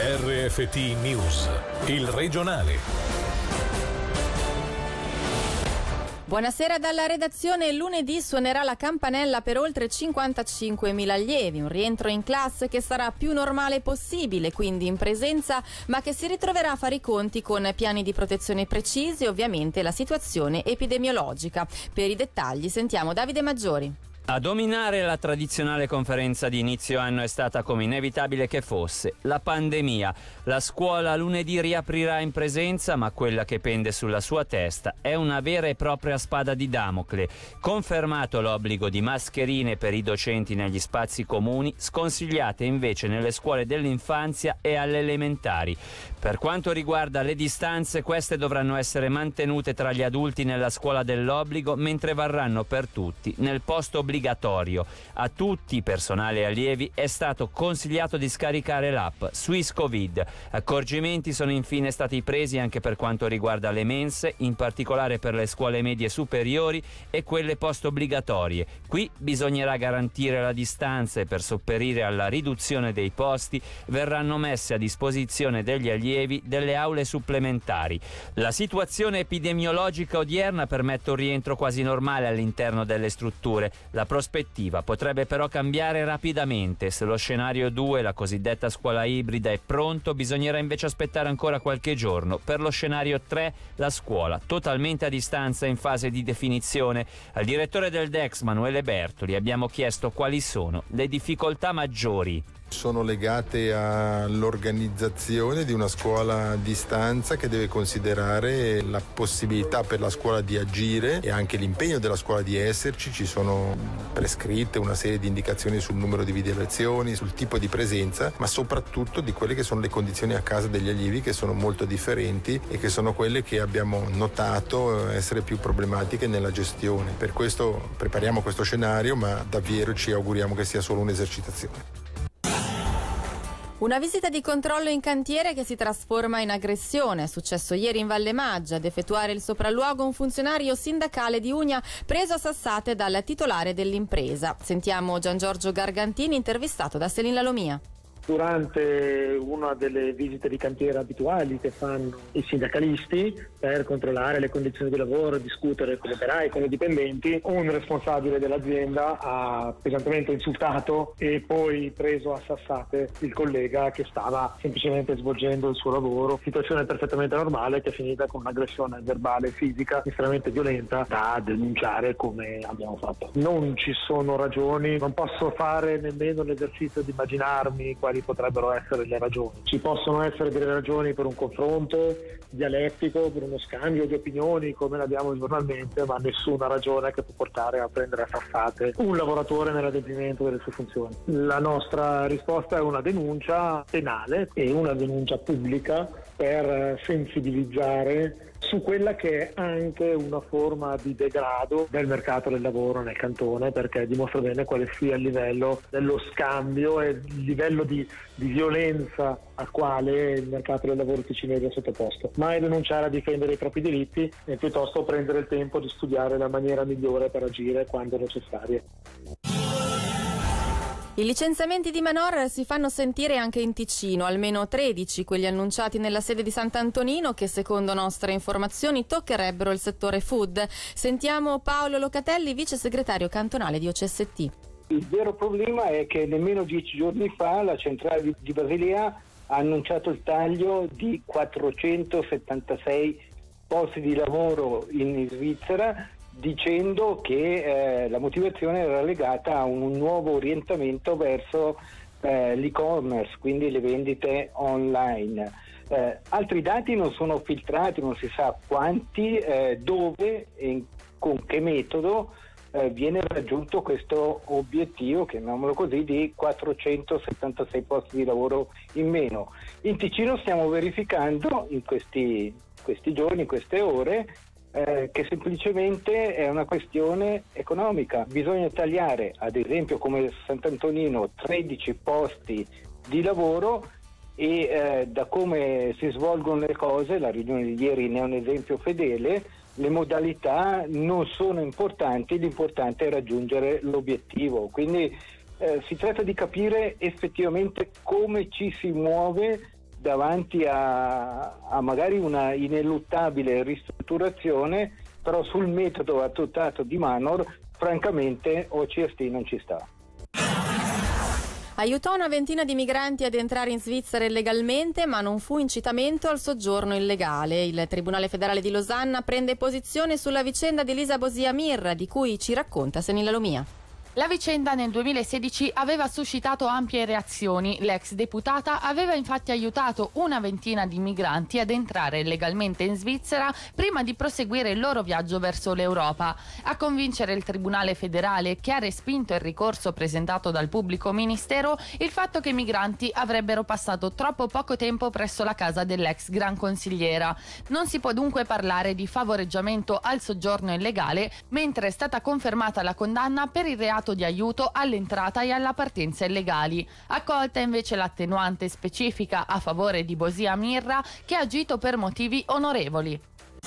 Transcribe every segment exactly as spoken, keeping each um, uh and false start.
R F T News, il regionale. Buonasera dalla redazione. Lunedì suonerà la campanella per oltre cinquantacinquemila allievi, un rientro in classe che sarà più normale possibile, quindi in presenza, ma che si ritroverà a fare i conti con piani di protezione precisi e ovviamente la situazione epidemiologica. Per i dettagli sentiamo Davide Maggiori. A dominare la tradizionale conferenza di inizio anno è stata, come inevitabile che fosse, la pandemia. La scuola lunedì riaprirà in presenza, ma quella che pende sulla sua testa è una vera e propria spada di Damocle. Confermato l'obbligo di mascherine per i docenti negli spazi comuni, sconsigliate invece nelle scuole dell'infanzia e alle elementari. Per quanto riguarda le distanze, queste dovranno essere mantenute tra gli adulti nella scuola dell'obbligo, mentre varranno per tutti nel posto obbligatorio. A tutti, personale e allievi, è stato consigliato di scaricare l'app Swiss Covid. Accorgimenti sono infine stati presi anche per quanto riguarda le mense, in particolare per le scuole medie superiori e quelle post-obbligatorie. Qui bisognerà garantire la distanza e per sopperire alla riduzione dei posti verranno messe a disposizione degli allievi delle aule supplementari. La situazione epidemiologica odierna permette un rientro quasi normale all'interno delle strutture. La La prospettiva potrebbe però cambiare rapidamente. Se lo scenario due, la cosiddetta scuola ibrida, è pronto, bisognerà invece aspettare ancora qualche giorno. Per lo scenario tre, la scuola totalmente a distanza in fase di definizione. Al direttore del D E X, Manuele Bertoli, abbiamo chiesto quali sono le difficoltà maggiori. Sono legate all'organizzazione di una scuola a distanza che deve considerare la possibilità per la scuola di agire e anche l'impegno della scuola di esserci. Ci sono prescritte una serie di indicazioni sul numero di video lezioni, sul tipo di presenza, ma soprattutto di quelle che sono le condizioni a casa degli allievi, che sono molto differenti e che sono quelle che abbiamo notato essere più problematiche nella gestione. Per questo prepariamo questo scenario, ma davvero ci auguriamo che sia solo un'esercitazione. Una visita di controllo in cantiere che si trasforma in aggressione. È successo ieri in Valle Maggia. Ad effettuare il sopralluogo un funzionario sindacale di Ugna preso a sassate dal titolare dell'impresa. Sentiamo Gian Giorgio Gargantini, intervistato da Selin Lalomia. Durante una delle visite di cantiere abituali che fanno i sindacalisti per controllare le condizioni di lavoro, discutere con gli operai, con i dipendenti, un responsabile dell'azienda ha pesantemente insultato e poi preso a sassate il collega che stava semplicemente svolgendo il suo lavoro. Situazione perfettamente normale che è finita con un'aggressione verbale e fisica estremamente violenta da denunciare, come abbiamo fatto. Non ci sono ragioni, non posso fare nemmeno l'esercizio di immaginarmi quali potrebbero essere le ragioni. Ci possono essere delle ragioni per un confronto dialettico, per uno scambio di opinioni come l'abbiamo giornalmente, ma nessuna ragione che può portare a prendere a sassate un lavoratore nell'adempimento delle sue funzioni. La nostra risposta è una denuncia penale e una denuncia pubblica per sensibilizzare su quella che è anche una forma di degrado del mercato del lavoro nel cantone, perché dimostra bene quale sia il livello dello scambio e il livello di, di violenza al quale il mercato del lavoro ticinese è sottoposto. Mai denunciare a difendere i propri diritti e piuttosto prendere il tempo di studiare la maniera migliore per agire quando necessarie. I licenziamenti di Manor si fanno sentire anche in Ticino, almeno tredici quelli annunciati nella sede di Sant'Antonino che secondo nostre informazioni toccherebbero il settore food. Sentiamo Paolo Locatelli, vice segretario cantonale di O C S T. Il vero problema è che nemmeno dieci giorni fa la centrale di Basilea ha annunciato il taglio di quattrocentosettantasei posti di lavoro in Svizzera, dicendo che eh, la motivazione era legata a un nuovo orientamento verso eh, l'e-commerce, quindi le vendite online. Eh, altri dati non sono filtrati, non si sa quanti, eh, dove e in, con che metodo eh, viene raggiunto questo obiettivo, chiamiamolo così, di quattrocentosettantasei posti di lavoro in meno. In Ticino stiamo verificando in questi, questi giorni, in queste ore, Eh, che semplicemente è una questione economica. Bisogna tagliare, ad esempio come Sant'Antonino, tredici posti di lavoro e eh, da come si svolgono le cose, la riunione di ieri ne è un esempio fedele, le modalità non sono importanti, l'importante è raggiungere l'obiettivo. Quindi eh, si tratta di capire effettivamente come ci si muove davanti a, a magari una ineluttabile ristrutturazione, però sul metodo adottato di Manor francamente O C S T non ci sta. Aiutò una ventina di migranti ad entrare in Svizzera illegalmente, ma non fu incitamento al soggiorno illegale. Il Tribunale federale di Losanna prende posizione sulla vicenda di Lisa Bosia Mirra, di cui ci racconta Senilla Lomia. La vicenda nel duemilasedici aveva suscitato ampie reazioni. L'ex deputata aveva infatti aiutato una ventina di migranti ad entrare legalmente in Svizzera prima di proseguire il loro viaggio verso l'Europa. A convincere il Tribunale federale, che ha respinto il ricorso presentato dal pubblico ministero, il fatto che i migranti avrebbero passato troppo poco tempo presso la casa dell'ex gran consigliera. Non si può dunque parlare di favoreggiamento al soggiorno illegale, mentre è stata confermata la condanna per il reato di aiuto all'entrata e alla partenza illegali. Accolta invece l'attenuante specifica a favore di Bosia Mirra, che ha agito per motivi onorevoli.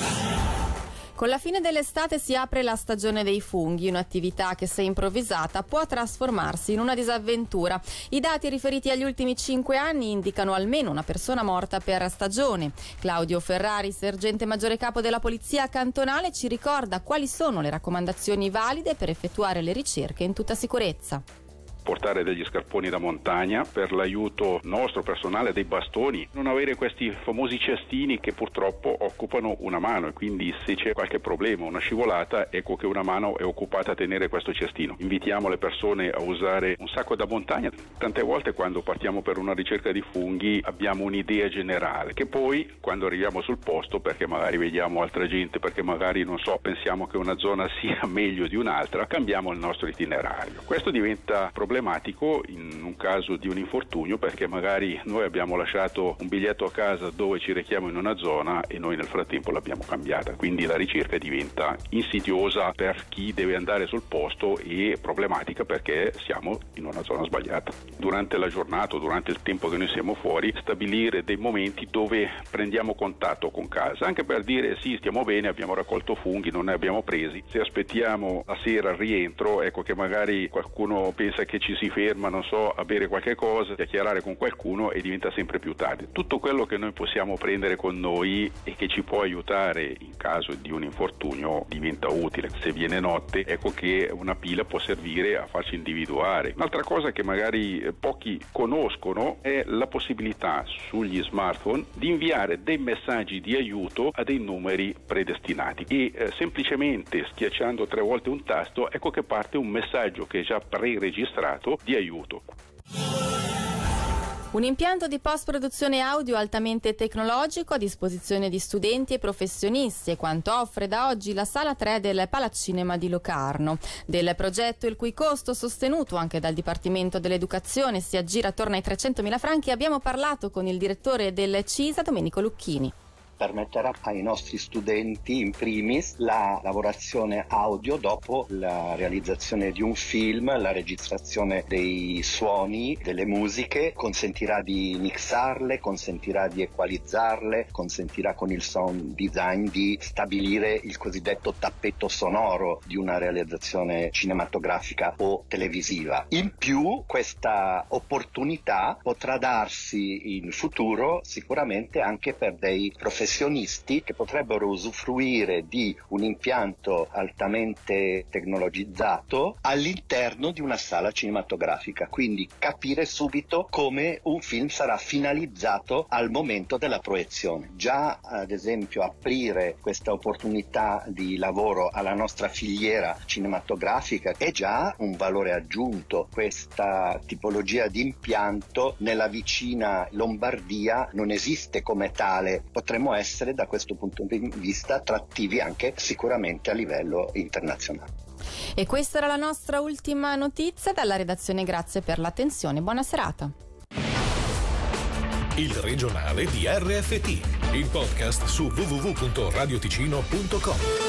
Con la fine dell'estate si apre la stagione dei funghi, un'attività che, se improvvisata, può trasformarsi in una disavventura. I dati riferiti agli ultimi cinque anni indicano almeno una persona morta per stagione. Claudio Ferrari, sergente maggiore capo della Polizia Cantonale, ci ricorda quali sono le raccomandazioni valide per effettuare le ricerche in tutta sicurezza. Portare degli scarponi da montagna, per l'aiuto nostro personale dei bastoni, non avere questi famosi cestini che purtroppo occupano una mano, e quindi se c'è qualche problema, una scivolata, ecco che una mano è occupata a tenere questo cestino. Invitiamo le persone a usare un sacco da montagna. Tante volte quando partiamo per una ricerca di funghi abbiamo un'idea generale, che poi quando arriviamo sul posto, perché magari vediamo altra gente, perché magari non so, pensiamo che una zona sia meglio di un'altra, cambiamo il nostro itinerario. Questo diventa problematico in un caso di un infortunio, perché magari noi abbiamo lasciato un biglietto a casa dove ci rechiamo in una zona e noi nel frattempo l'abbiamo cambiata, quindi la ricerca diventa insidiosa per chi deve andare sul posto e problematica perché siamo in una zona sbagliata. Durante la giornata, durante il tempo che noi siamo fuori, stabilire dei momenti dove prendiamo contatto con casa, anche per dire sì, stiamo bene, abbiamo raccolto funghi, non ne abbiamo presi. Se aspettiamo la sera al rientro, ecco che magari qualcuno pensa che ci si ferma, non so, a bere qualche cosa, chiacchierare con qualcuno, e diventa sempre più tardi. Tutto quello che noi possiamo prendere con noi e che ci può aiutare in caso di un infortunio diventa utile. Se viene notte, ecco che una pila può servire a farci individuare. Un'altra cosa che magari pochi conoscono è la possibilità sugli smartphone di inviare dei messaggi di aiuto a dei numeri predestinati e eh, semplicemente schiacciando tre volte un tasto, ecco che parte un messaggio che è già pre-registrato di aiuto. Un impianto di post-produzione audio altamente tecnologico a disposizione di studenti e professionisti, è quanto offre da oggi la Sala tre del Palacinema di Locarno. Del progetto, il cui costo, sostenuto anche dal Dipartimento dell'Educazione, si aggira attorno ai trecentomila franchi, abbiamo parlato con il direttore del CISA, Domenico Lucchini. Permetterà ai nostri studenti in primis la lavorazione audio dopo la realizzazione di un film, la registrazione dei suoni, delle musiche, consentirà di mixarle, consentirà di equalizzarle, consentirà con il sound design di stabilire il cosiddetto tappeto sonoro di una realizzazione cinematografica o televisiva. In più, questa opportunità potrà darsi in futuro sicuramente anche per dei professionisti che potrebbero usufruire di un impianto altamente tecnologizzato all'interno di una sala cinematografica, quindi capire subito come un film sarà finalizzato al momento della proiezione. Già ad esempio aprire questa opportunità di lavoro alla nostra filiera cinematografica è già un valore aggiunto. Questa tipologia di impianto nella vicina Lombardia non esiste come tale, potremmo essere da questo punto di vista attrattivi anche sicuramente a livello internazionale. E questa era la nostra ultima notizia dalla redazione, grazie per l'attenzione, buona serata. Il regionale di R F T, il podcast su w w w punto radioticino punto com.